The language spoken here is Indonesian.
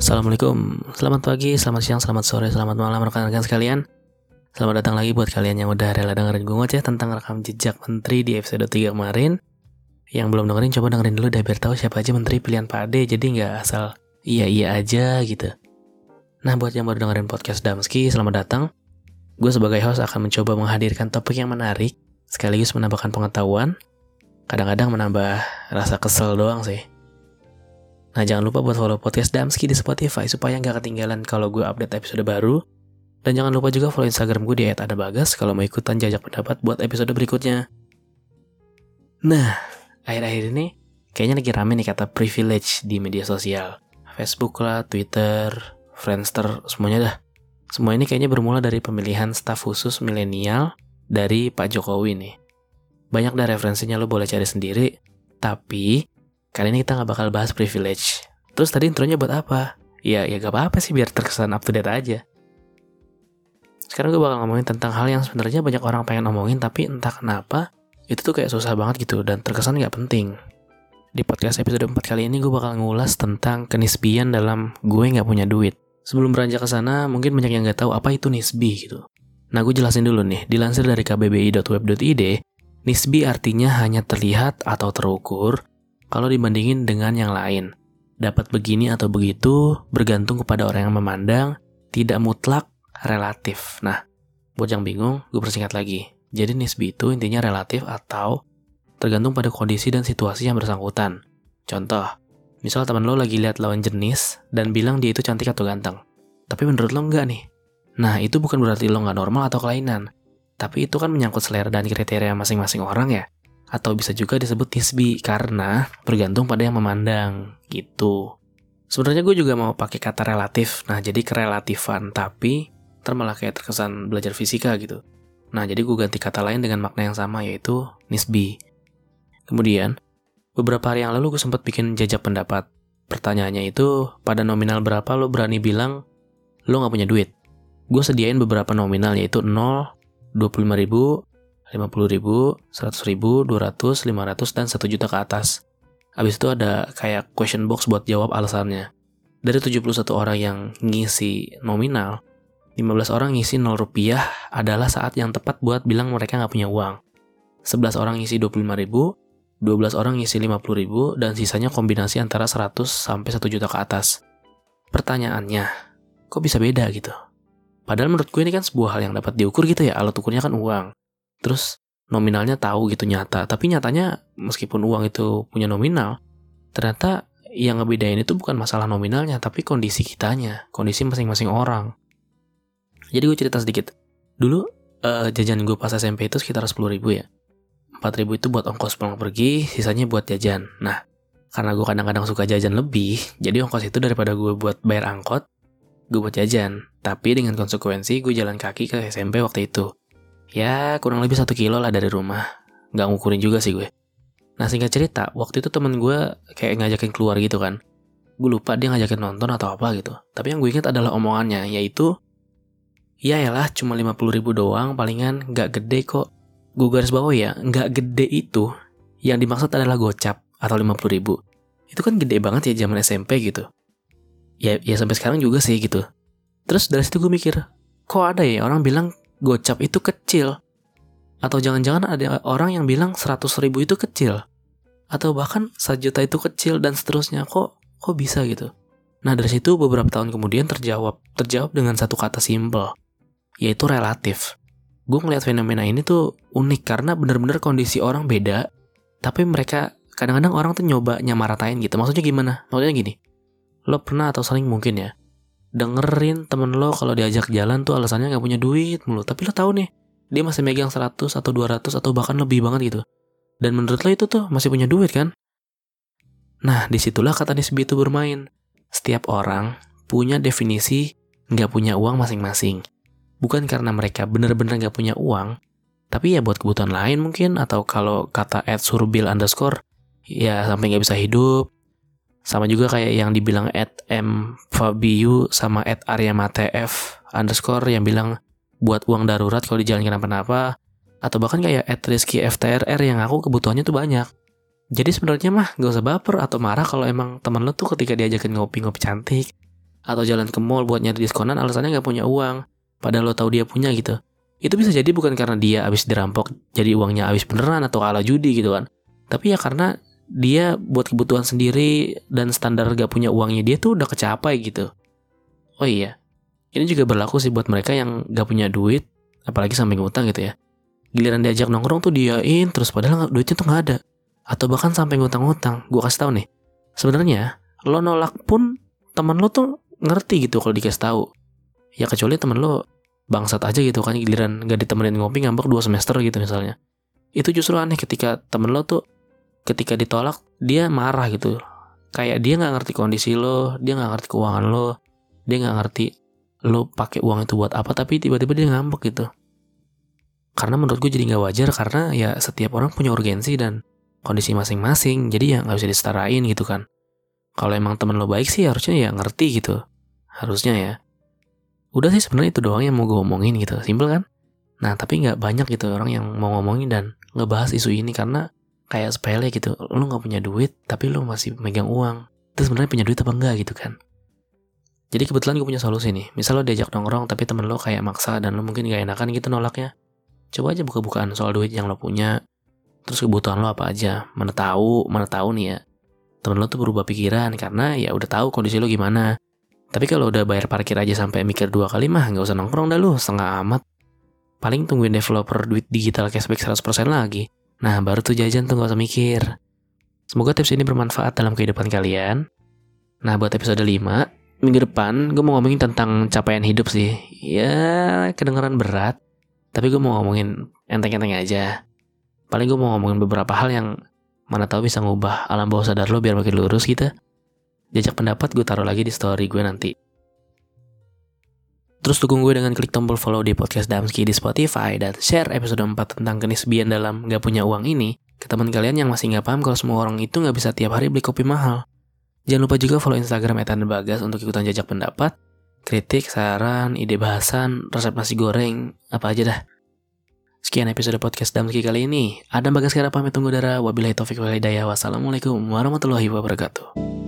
Assalamualaikum, selamat pagi, selamat siang, selamat sore, selamat malam rekan-rekan sekalian. Selamat datang lagi buat kalian yang udah rela dengerin gue ngoceh tentang rekam jejak menteri di episode 3 kemarin. Yang belum dengerin, coba dengerin dulu deh biar tahu siapa aja menteri pilihan Pak Ade, jadi gak asal iya aja gitu. Nah, buat yang baru dengerin podcast Damski, selamat datang. Gue sebagai host akan mencoba menghadirkan topik yang menarik, sekaligus menambahkan pengetahuan, kadang-kadang menambah rasa kesel doang sih. Nah, jangan lupa buat follow podcast Damski di Spotify supaya nggak ketinggalan kalau gue update episode baru. Dan jangan lupa juga follow Instagram gue di @adabagas kalau mau ikutan jajak pendapat buat episode berikutnya. Nah, akhir-akhir ini kayaknya lagi rame nih kata privilege di media sosial. Facebook lah, Twitter, Friendster, semuanya dah. Semua ini kayaknya bermula dari pemilihan staf khusus milenial dari Pak Jokowi nih. Banyak dah referensinya, lo boleh cari sendiri. Tapi kali ini kita gak bakal bahas privilege. Terus tadi intronya buat apa? Ya gak apa-apa sih biar terkesan up to date aja. Sekarang gue bakal ngomongin tentang hal yang sebenarnya banyak orang pengen ngomongin, tapi entah kenapa itu tuh kayak susah banget gitu dan terkesan gak penting. Di podcast episode 4 kali ini gue bakal ngulas tentang kenisbian dalam gue gak punya duit. Sebelum beranjak ke sana, mungkin banyak yang gak tahu apa itu nisbi gitu. Nah, gue jelasin dulu nih. Dilansir dari kbbi.web.id, nisbi artinya hanya terlihat atau terukur kalau dibandingin dengan yang lain. Dapat begini atau begitu, bergantung kepada orang yang memandang, tidak mutlak, relatif. Nah, buat yang bingung, gue persingkat lagi. Jadi nisbi itu intinya relatif atau tergantung pada kondisi dan situasi yang bersangkutan. Contoh, misal teman lo lagi lihat lawan jenis dan bilang dia itu cantik atau ganteng. Tapi menurut lo enggak nih. Nah, itu bukan berarti lo nggak normal atau kelainan. Tapi itu kan menyangkut selera dan kriteria masing-masing orang ya. Atau bisa juga disebut nisbi karena bergantung pada yang memandang gitu. Sebenarnya gue juga mau pakai kata relatif. Nah, jadi kerelatifan, tapi malah kayak terkesan belajar fisika gitu. Nah, jadi gue ganti kata lain dengan makna yang sama, yaitu nisbi. Kemudian, beberapa hari yang lalu gue sempat bikin jajak pendapat. Pertanyaannya itu, pada nominal berapa lo berani bilang lo gak punya duit? Gue sediain beberapa nominal, yaitu 0, 25.000, 50.000, 100.000, 200, 500, dan 1 juta ke atas. Habis itu ada kayak question box buat jawab alasannya. Dari 71 orang yang ngisi nominal, 15 orang ngisi 0 rupiah adalah saat yang tepat buat bilang mereka gak punya uang. 11 orang ngisi 25.000, 12 orang ngisi 50.000, dan sisanya kombinasi antara 100 sampai 1 juta ke atas. Pertanyaannya, kok bisa beda gitu? Padahal menurut gue ini kan sebuah hal yang dapat diukur gitu ya, alat ukurnya kan uang. Terus nominalnya tahu gitu nyata. Tapi nyatanya meskipun uang itu punya nominal, ternyata yang ngebedain itu bukan masalah nominalnya, tapi kondisi kitanya, kondisi masing-masing orang. Jadi gue cerita sedikit. Dulu jajan gue pas SMP itu sekitar 10.000 ya. 4.000 itu buat ongkos pulang pergi, sisanya buat jajan. Nah, karena gue kadang-kadang suka jajan lebih, jadi ongkos itu daripada gue buat bayar angkot, gue buat jajan. Tapi dengan konsekuensi gue jalan kaki ke SMP waktu itu. Ya kurang lebih 1 kilo lah dari rumah. Gak ngukurin juga sih gue. Nah, singkat cerita, waktu itu temen gue kayak ngajakin keluar gitu kan. Gue lupa dia ngajakin nonton atau apa gitu. Tapi yang gue ingat adalah omongannya, yaitu yaelah cuma 50.000 doang, palingan gak gede kok. Gue garis bawah ya, gak gede itu yang dimaksud adalah gocap atau 50.000. Itu kan gede banget ya zaman SMP gitu. Ya sampai sekarang juga sih gitu. Terus dari situ gue mikir, kok ada ya orang bilang gocap itu kecil? Atau jangan-jangan ada orang yang bilang 100.000 itu kecil? Atau bahkan 1 juta itu kecil dan seterusnya. Kok bisa gitu? Nah, dari situ beberapa tahun kemudian terjawab dengan satu kata simpel, yaitu relatif. Gue ngeliat fenomena ini tuh unik karena bener-bener kondisi orang beda, tapi mereka kadang-kadang orang tuh nyoba nyamaratain gitu. Maksudnya gimana? Maksudnya gini, lo pernah atau sering mungkin ya dengerin temen lo kalau diajak jalan tuh alasannya gak punya duit mulu. Tapi lo tahu nih, dia masih megang 100 atau 200 atau bahkan lebih banget gitu. Dan menurut lo itu tuh masih punya duit kan? Nah, disitulah kata nisbi itu bermain. Setiap orang punya definisi gak punya uang masing-masing. Bukan karena mereka bener-bener gak punya uang, tapi ya buat kebutuhan lain mungkin. Atau kalau kata @surbil_, ya sampai gak bisa hidup. Sama juga kayak yang dibilang @mfabiu sama @aryamatf_ yang bilang buat uang darurat kalau di jalan kenapa-napa. Atau bahkan kayak @rizkyftrr yang aku kebutuhannya tuh banyak. Jadi sebenarnya mah gak usah baper atau marah kalau emang temen lo tuh ketika diajakin ngopi-ngopi cantik atau jalan ke mall buat nyari diskonan alasannya nggak punya uang, padahal lo tahu dia punya gitu. Itu bisa jadi bukan karena dia habis dirampok, jadi uangnya habis beneran atau kalah judi gitu kan. Tapi ya karena dia buat kebutuhan sendiri dan standar gak punya uangnya dia tuh udah kecapai gitu. Oh iya, ini juga berlaku sih buat mereka yang gak punya duit, apalagi sampai ngutang gitu ya. Giliran diajak nongkrong tuh diain terus padahal duitnya tuh gak ada. Atau bahkan sampai ngutang-ngutang. Gue kasih tahu nih, sebenarnya lo nolak pun teman lo tuh ngerti gitu kalau dikasih tahu. Ya kecuali teman lo bangsat aja gitu kan, giliran gak ditemenin ngopi ngambek 2 semester gitu misalnya. Itu justru aneh ketika temen lo tuh ketika ditolak dia marah gitu. Kayak dia gak ngerti kondisi lo, dia gak ngerti keuangan lo, dia gak ngerti lo pakai uang itu buat apa, tapi tiba-tiba dia ngambek gitu. Karena menurut gue jadi gak wajar, karena ya setiap orang punya urgensi dan kondisi masing-masing, jadi ya gak bisa disetarain gitu kan. Kalau emang temen lo baik sih harusnya ya ngerti gitu, harusnya ya. Udah sih sebenarnya itu doang yang mau gue omongin gitu, simple kan? Nah tapi nggak banyak gitu orang yang mau ngomongin dan ngebahas isu ini karena kayak sepele gitu. Lu nggak punya duit tapi lu masih megang uang, itu sebenarnya punya duit apa enggak gitu kan? Jadi kebetulan gue punya solusi nih. Misal lo diajak nongkrong tapi temen lo kayak maksa dan lo mungkin gak enakan gitu nolaknya. Coba aja buka-bukaan soal duit yang lo punya, terus kebutuhan lo apa aja. Mana tahu nih ya, temen lo tuh berubah pikiran karena ya udah tahu kondisi lo gimana. Tapi kalau udah bayar parkir aja sampai mikir 2 kali mah gak usah nongkrong dah lu, setengah amat. Paling tungguin developer duit digital cashback 100% lagi. Nah baru tuh jajan tuh gak usah mikir. Semoga tips ini bermanfaat dalam kehidupan kalian. Nah buat episode 5, minggu depan gue mau ngomongin tentang capaian hidup sih. Ya kedengeran berat, tapi gue mau ngomongin enteng-enteng aja. Paling gue mau ngomongin beberapa hal yang mana tahu bisa ngubah alam bawah sadar lo biar makin lurus gitu. Jajak pendapat gue taruh lagi di story gue nanti. Terus dukung gue dengan klik tombol follow di podcast Damski di Spotify dan share episode 4 tentang kenisbian dalam gak punya uang ini ke teman kalian yang masih gak paham kalau semua orang itu gak bisa tiap hari beli kopi mahal. Jangan lupa juga follow Instagram @bagas untuk ikutan jajak pendapat, kritik, saran, ide bahasan, resep nasi goreng, apa aja dah. Sekian episode podcast Damski kali ini. Adam Bagas Kara pamit tunggu dara. Wabillahi taufiq wal hidayah. Wassalamualaikum warahmatullahi wabarakatuh.